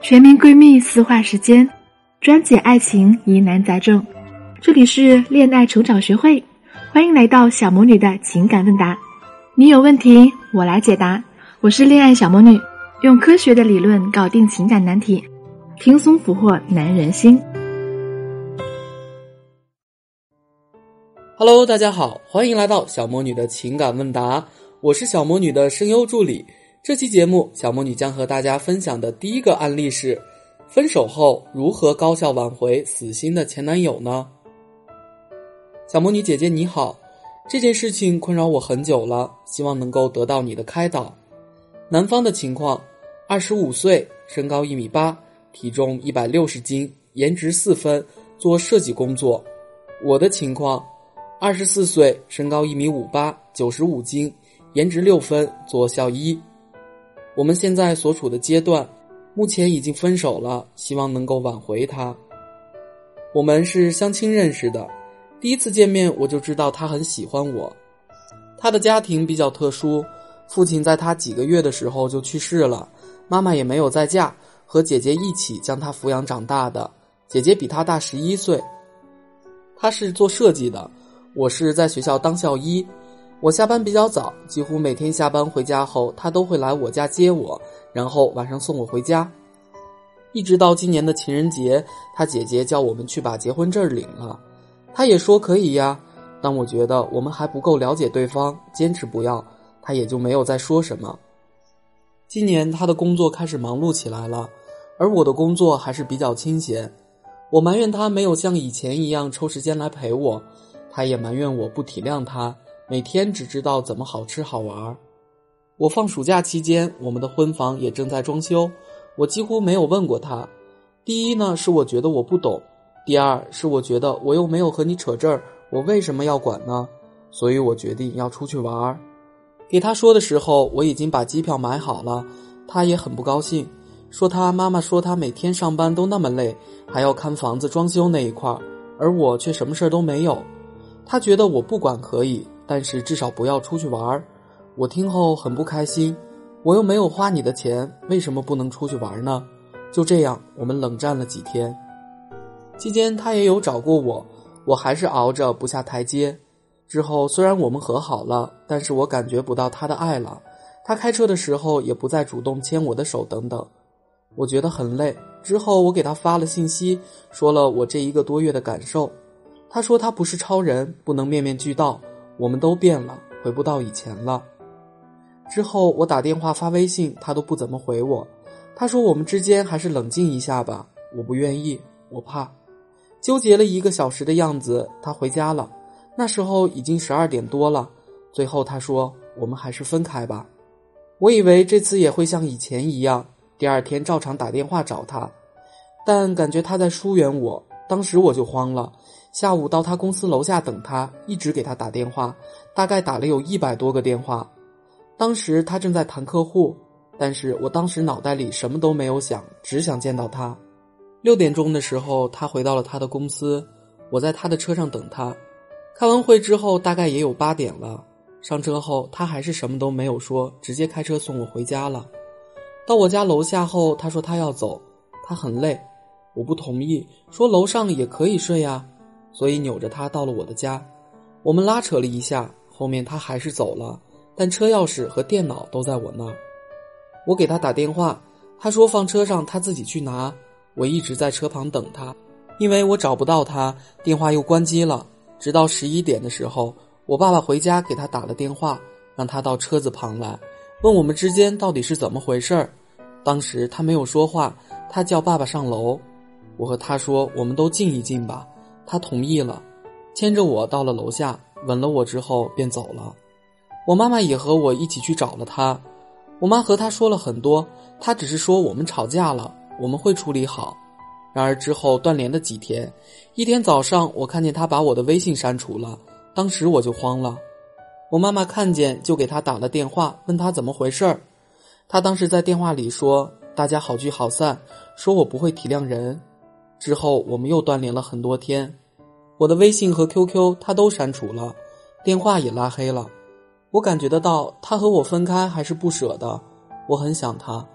全民闺蜜私话时间，专解爱情疑难杂症。这里是恋爱成长学会，欢迎来到小魔女的情感问答。你有问题，我来解答。我是恋爱小魔女，用科学的理论搞定情感难题，轻松俘获男人心。 Hello， 大家好，欢迎来到小魔女的情感问答，我是小魔女的声优助理。这期节目，小魔女将和大家分享的第一个案例是：分手后如何高效挽回死心的前男友呢？小魔女姐姐你好，这件事情困扰我很久了，希望能够得到你的开导。男方的情况：25岁，身高1.8米，体重160斤，颜值4分，做设计工作。我的情况：24岁，身高1.58米，95斤，颜值6分，做校医。我们现在所处的阶段，目前已经分手了，希望能够挽回他。我们是相亲认识的，第一次见面我就知道他很喜欢我。他的家庭比较特殊，父亲在他几个月的时候就去世了，妈妈也没有再嫁，和姐姐一起将他抚养长大的，姐姐比他大11岁。他是做设计的，我是在学校当校医。我下班比较早，几乎每天下班回家后，他都会来我家接我，然后晚上送我回家。一直到今年的情人节，他姐姐叫我们去把结婚证领了，他也说可以呀，但我觉得我们还不够了解对方，坚持不要，他也就没有再说什么。今年他的工作开始忙碌起来了，而我的工作还是比较清闲。我埋怨他没有像以前一样抽时间来陪我，他也埋怨我不体谅他，每天只知道怎么好吃好玩。我放暑假期间，我们的婚房也正在装修，我几乎没有问过他。第一呢，是我觉得我不懂；第二是我觉得我又没有和你扯证儿，我为什么要管呢？所以我决定要出去玩。给他说的时候，我已经把机票买好了，他也很不高兴，说他妈妈说他每天上班都那么累，还要看房子装修那一块，而我却什么事都没有。他觉得我不管可以，但是至少不要出去玩。我听后很不开心，我又没有花你的钱，为什么不能出去玩呢？就这样，我们冷战了几天。期间他也有找过我，我还是熬着不下台阶。之后虽然我们和好了，但是我感觉不到他的爱了。他开车的时候也不再主动牵我的手等等。我觉得很累，之后我给他发了信息，说了我这1个多月的感受。他说他不是超人，不能面面俱到，我们都变了，回不到以前了。之后我打电话发微信，他都不怎么回我。他说我们之间还是冷静一下吧，我不愿意，我怕。纠结了1个小时的样子，他回家了。那时候已经12点多了，最后他说我们还是分开吧。我以为这次也会像以前一样，第2天照常打电话找他，但感觉他在疏远我，当时我就慌了。下午到他公司楼下等他，一直给他打电话，大概打了有100多个电话。当时他正在谈客户，但是我当时脑袋里什么都没有想，只想见到他。6点钟的时候，他回到了他的公司，我在他的车上等他。开完会之后大概也有8点了，上车后他还是什么都没有说，直接开车送我回家了。到我家楼下后，他说他要走，他很累，我不同意，说楼上也可以睡啊，所以扭着他到了我的家。我们拉扯了一下，后面他还是走了，但车钥匙和电脑都在我那儿。我给他打电话，他说放车上他自己去拿，我一直在车旁等他，因为我找不到他，电话又关机了。直到11点的时候，我爸爸回家给他打了电话，让他到车子旁来，问我们之间到底是怎么回事儿。当时他没有说话，他叫爸爸上楼。我和他说我们都静一静吧，他同意了，牵着我到了楼下，吻了我之后便走了。我妈妈也和我一起去找了他，我妈和他说了很多，他只是说我们吵架了，我们会处理好。然而之后断联的几天，一天早上我看见他把我的微信删除了，当时我就慌了。我妈妈看见就给他打了电话，问他怎么回事儿。他当时在电话里说大家好聚好散，说我不会体谅人。之后我们又断联了很多天，我的微信和 QQ 他都删除了，电话也拉黑了。我感觉得到他和我分开还是不舍的，我很想他，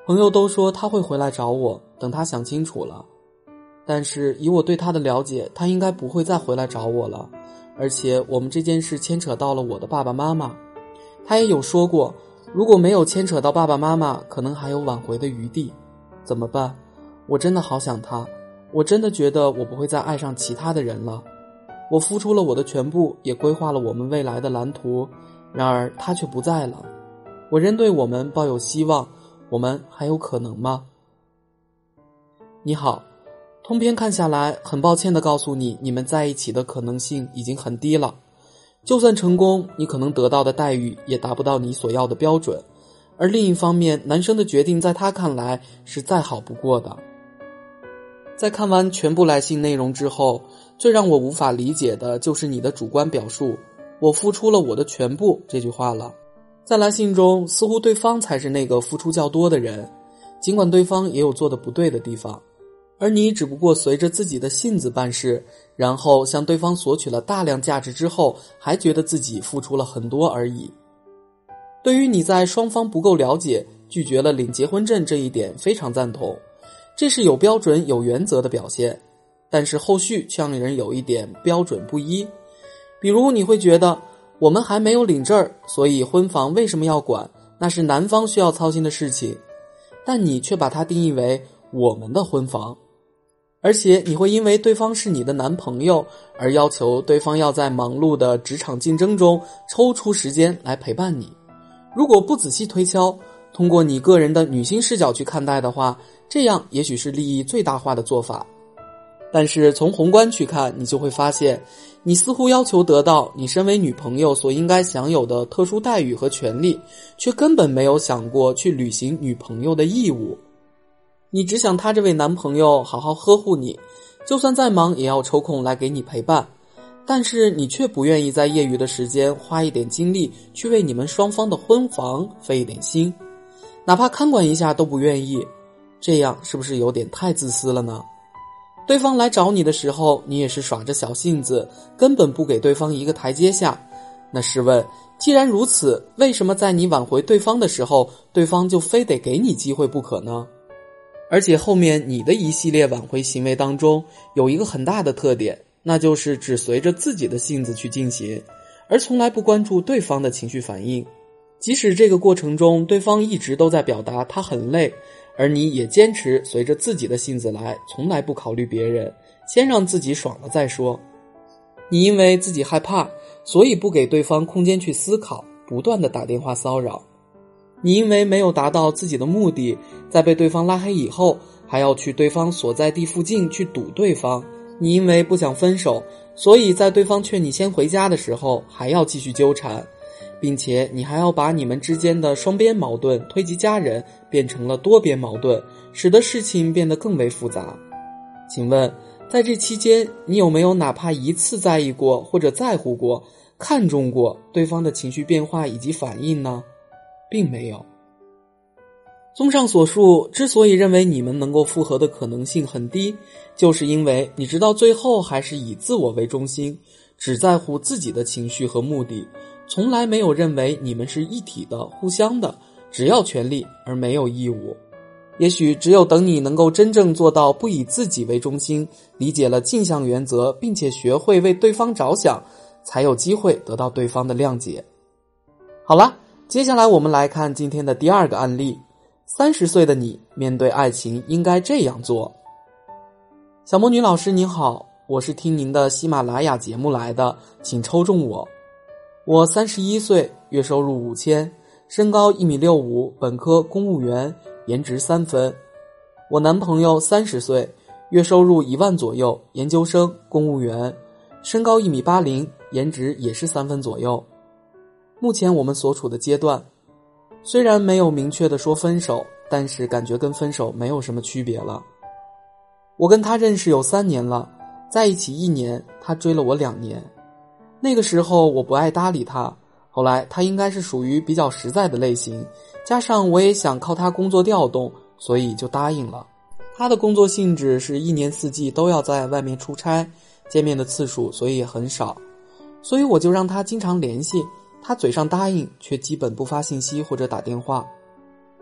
朋友都说他会回来找我，等他想清楚了。但是以我对他的了解，他应该不会再回来找我了。而且我们这件事牵扯到了我的爸爸妈妈，他也有说过，如果没有牵扯到爸爸妈妈，可能还有挽回的余地。怎么办？我真的好想他，我真的觉得我不会再爱上其他的人了。我付出了我的全部，也规划了我们未来的蓝图，然而他却不在了。我仍对我们抱有希望，我们还有可能吗？你好，通篇看下来，很抱歉地告诉你，你们在一起的可能性已经很低了。就算成功，你可能得到的待遇也达不到你所要的标准。而另一方面，男生的决定在他看来是再好不过的。在看完全部来信内容之后，最让我无法理解的就是你的主观表述，我付出了我的全部这句话了。在来信中，似乎对方才是那个付出较多的人，尽管对方也有做得不对的地方，而你只不过随着自己的性子办事，然后向对方索取了大量价值之后，还觉得自己付出了很多而已。对于你在双方不够了解，拒绝了领结婚证这一点非常赞同，这是有标准有原则的表现，但是后续却让人有一点标准不一。比如你会觉得我们还没有领证，所以婚房为什么要管，那是男方需要操心的事情，但你却把它定义为我们的婚房。而且你会因为对方是你的男朋友而要求对方要在忙碌的职场竞争中抽出时间来陪伴你。如果不仔细推敲，通过你个人的女性视角去看待的话，这样也许是利益最大化的做法。但是从宏观去看，你就会发现，你似乎要求得到你身为女朋友所应该享有的特殊待遇和权利，却根本没有想过去履行女朋友的义务。你只想他这位男朋友好好呵护你，就算再忙也要抽空来给你陪伴，但是你却不愿意在业余的时间花一点精力去为你们双方的婚房费一点心，哪怕看管一下都不愿意，这样是不是有点太自私了呢？对方来找你的时候，你也是耍着小性子，根本不给对方一个台阶下。那试问，既然如此，为什么在你挽回对方的时候，对方就非得给你机会不可呢？而且后面你的一系列挽回行为当中，有一个很大的特点，那就是只随着自己的性子去进行，而从来不关注对方的情绪反应。即使这个过程中对方一直都在表达他很累，而你也坚持随着自己的性子来，从来不考虑别人，先让自己爽了再说。你因为自己害怕，所以不给对方空间去思考，不断地打电话骚扰。你因为没有达到自己的目的，在被对方拉黑以后，还要去对方所在地附近去堵对方。你因为不想分手，所以在对方劝你先回家的时候，还要继续纠缠，并且你还要把你们之间的双边矛盾推及家人，变成了多边矛盾，使得事情变得更为复杂。请问，在这期间，你有没有哪怕一次在意过或者在乎过、看重过对方的情绪变化以及反应呢？并没有。综上所述，之所以认为你们能够复合的可能性很低，就是因为你直到最后还是以自我为中心，只在乎自己的情绪和目的，从来没有认为你们是一体的、互相的，只要权利而没有义务。也许只有等你能够真正做到不以自己为中心，理解了镜像原则，并且学会为对方着想，才有机会得到对方的谅解。好了，接下来我们来看今天的第二个案例。30岁的你，面对爱情应该这样做。小魔女老师您好，我是听您的喜马拉雅节目来的，请抽中我。我31岁，月收入5000，身高1.65米，本科公务员，颜值3分。我男朋友30岁，月收入1万左右，研究生，公务员，身高1.80米，颜值也是3分左右。目前我们所处的阶段，虽然没有明确的说分手，但是感觉跟分手没有什么区别了。我跟他认识有3年了，在一起1年，他追了我2年。那个时候我不爱搭理他，后来他应该是属于比较实在的类型，加上我也想靠他工作调动，所以就答应了。他的工作性质是1年4季都要在外面出差，见面的次数所以也很少，所以我就让他经常联系，他嘴上答应，却基本不发信息或者打电话。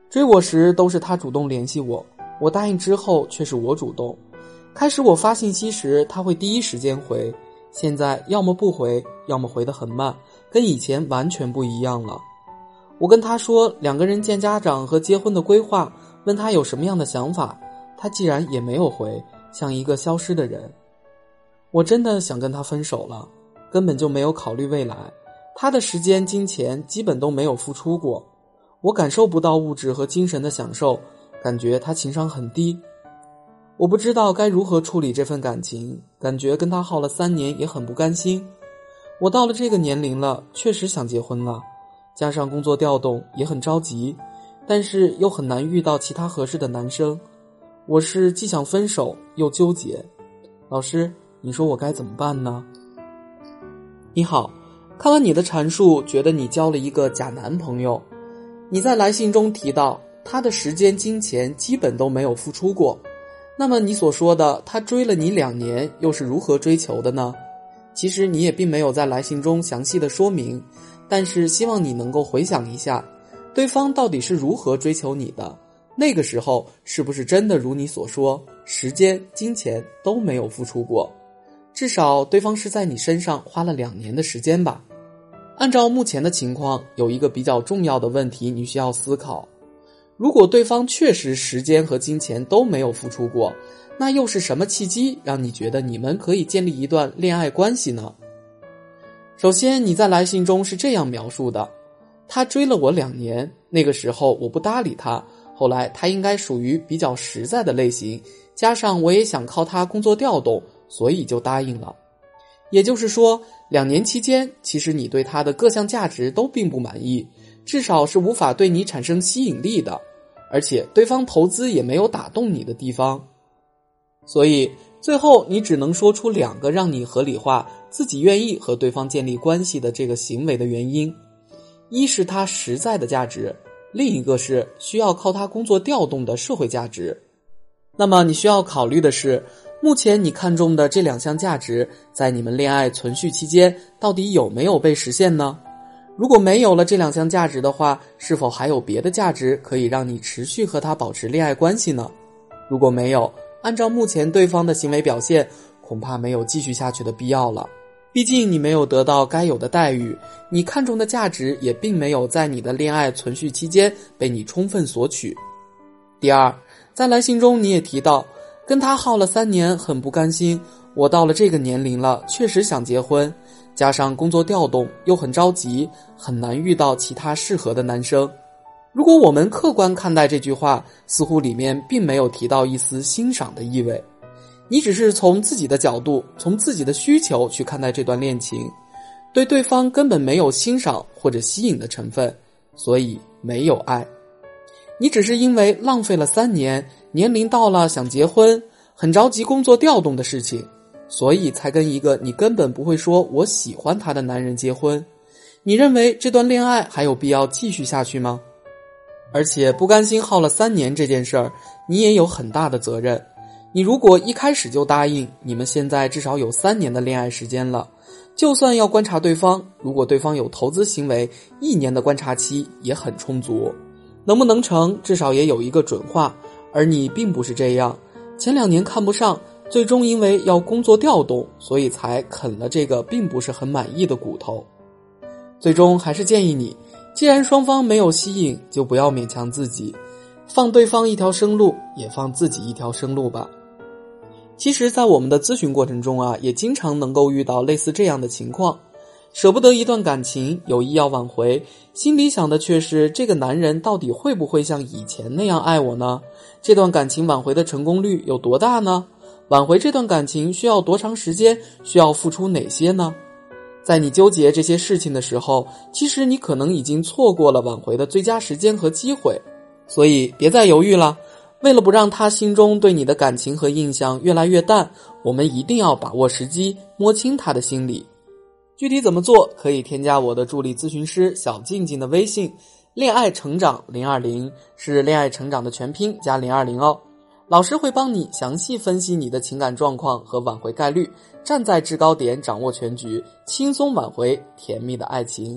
追我时都是他主动联系我，我答应之后却是我主动。开始我发信息时他会第一时间回，现在要么不回，要么回得很慢，跟以前完全不一样了。我跟他说2个人见家长和结婚的规划，问他有什么样的想法，他既然也没有回，像一个消失的人。我真的想跟他分手了，根本就没有考虑未来，他的时间金钱基本都没有付出过，我感受不到物质和精神的享受，感觉他情商很低。我不知道该如何处理这份感情，感觉跟他耗了3年也很不甘心。我到了这个年龄了，确实想结婚了，加上工作调动也很着急，但是又很难遇到其他合适的男生。我是既想分手又纠结，老师，你说我该怎么办呢？你好，看完你的阐述，觉得你交了一个假男朋友。你在来信中提到他的时间金钱基本都没有付出过，那么你所说的他追了你2年又是如何追求的呢？其实你也并没有在来信中详细的说明，但是希望你能够回想一下，对方到底是如何追求你的，那个时候是不是真的如你所说，时间金钱都没有付出过，至少对方是在你身上花了2年的时间吧。按照目前的情况，有一个比较重要的问题你需要思考，如果对方确实时间和金钱都没有付出过，那又是什么契机让你觉得你们可以建立一段恋爱关系呢？首先，你在来信中是这样描述的，他追了我2年，那个时候我不搭理他，后来他应该属于比较实在的类型，加上我也想靠他工作调动，所以就答应了。也就是说，2年期间，其实你对他的各项价值都并不满意，至少是无法对你产生吸引力的，而且对方投资也没有打动你的地方。所以最后你只能说出2个让你合理化自己愿意和对方建立关系的这个行为的原因，一是他实在的价值，另一个是需要靠他工作调动的社会价值。那么你需要考虑的是，目前你看中的这2项价值在你们恋爱存续期间到底有没有被实现呢？如果没有了这2项价值的话，是否还有别的价值可以让你持续和他保持恋爱关系呢？如果没有，按照目前对方的行为表现，恐怕没有继续下去的必要了。毕竟你没有得到该有的待遇，你看中的价值也并没有在你的恋爱存续期间被你充分索取。第二，在来信中你也提到，跟他耗了3年很不甘心，我到了这个年龄了，确实想结婚，加上工作调动又很着急，很难遇到其他适合的男生。如果我们客观看待这句话，似乎里面并没有提到一丝欣赏的意味，你只是从自己的角度，从自己的需求去看待这段恋情，对对方根本没有欣赏或者吸引的成分，所以没有爱。你只是因为浪费了3年，年龄到了想结婚，很着急工作调动的事情，所以才跟一个你根本不会说我喜欢他的男人结婚。你认为这段恋爱还有必要继续下去吗？而且不甘心耗了3年这件事儿，你也有很大的责任。你如果一开始就答应，你们现在至少有3年的恋爱时间了，就算要观察对方，如果对方有投资行为，1年的观察期也很充足。能不能成，至少也有一个准话，而你并不是这样，前2年看不上，最终因为要工作调动，所以才啃了这个并不是很满意的骨头。最终还是建议你，既然双方没有吸引，就不要勉强自己，放对方一条生路，也放自己一条生路吧。其实在我们的咨询过程中也经常能够遇到类似这样的情况，舍不得一段感情，有意要挽回，心里想的却是这个男人到底会不会像以前那样爱我呢？这段感情挽回的成功率有多大呢？挽回这段感情需要多长时间？需要付出哪些呢？在你纠结这些事情的时候，其实你可能已经错过了挽回的最佳时间和机会，所以别再犹豫了。为了不让他心中对你的感情和印象越来越淡，我们一定要把握时机，摸清他的心理。具体怎么做，可以添加我的助理咨询师小静静的微信，恋爱成长020，是恋爱成长的全拼加020哦。老师会帮你详细分析你的情感状况和挽回概率，站在制高点掌握全局，轻松挽回甜蜜的爱情。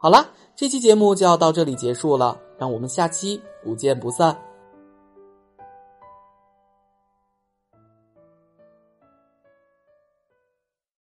好啦，这期节目就要到这里结束了，让我们下期不见不散。